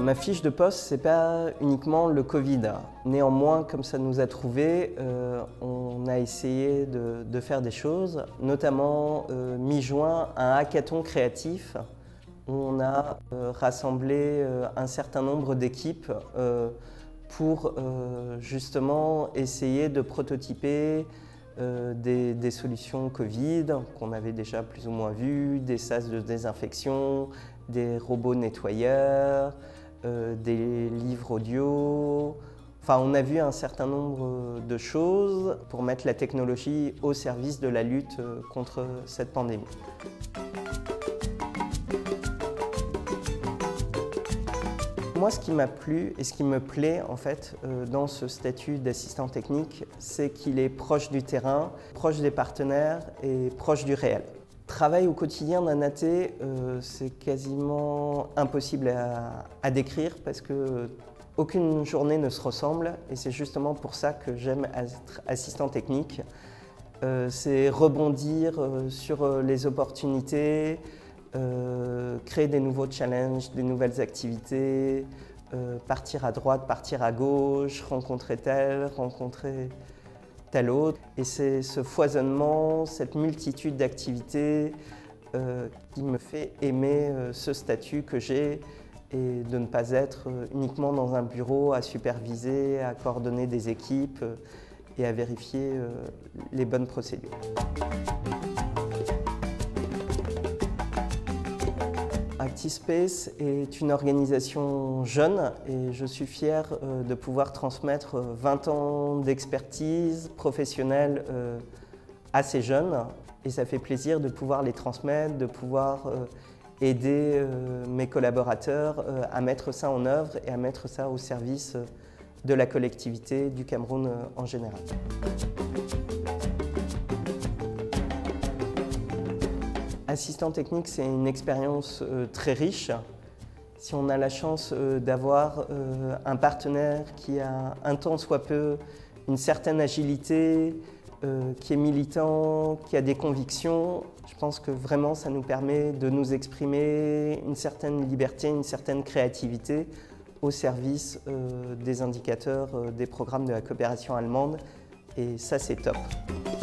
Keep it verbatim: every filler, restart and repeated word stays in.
Ma fiche de poste, c'est pas uniquement le Covid. Néanmoins, comme ça nous a trouvés, euh, on a essayé de, de faire des choses, notamment euh, mi-juin, un hackathon créatif où on a euh, rassemblé euh, un certain nombre d'équipes euh, pour euh, justement essayer de prototyper euh, des, des solutions Covid qu'on avait déjà plus ou moins vues, des sas de désinfection, des robots nettoyeurs, euh, des livres audio. Enfin, on a vu un certain nombre de choses pour mettre la technologie au service de la lutte contre cette pandémie. Moi, ce qui m'a plu et ce qui me plaît en fait euh, dans ce statut d'assistant technique, c'est qu'il est proche du terrain, proche des partenaires et proche du réel. Travail au quotidien d'un A T, euh, c'est quasiment impossible à, à décrire parce que aucune journée ne se ressemble et c'est justement pour ça que j'aime être assistant technique. Euh, c'est rebondir euh, sur euh, les opportunités, euh, créer des nouveaux challenges, des nouvelles activités, euh, partir à droite, partir à gauche, rencontrer tel, rencontrer tel autre. Et c'est ce foisonnement, cette multitude d'activités euh, qui me fait aimer euh, ce statut que j'ai et de ne pas être euh, uniquement dans un bureau à superviser, à coordonner des équipes euh, et à vérifier euh, les bonnes procédures. Actispace est une organisation jeune et je suis fier euh, de pouvoir transmettre vingt ans d'expertise professionnelle euh, à ces jeunes et ça fait plaisir de pouvoir les transmettre, de pouvoir euh, aider euh, mes collaborateurs euh, à mettre ça en œuvre et à mettre ça au service euh, de la collectivité du Cameroun euh, en général. Assistant technique, c'est une expérience euh, très riche. Si on a la chance euh, d'avoir euh, un partenaire qui a un tant soit peu une certaine agilité, euh, qui est militant, qui a des convictions, je pense que vraiment ça nous permet de nous exprimer une certaine liberté, une certaine créativité au service euh, des indicateurs euh, des programmes de la coopération allemande et ça c'est top.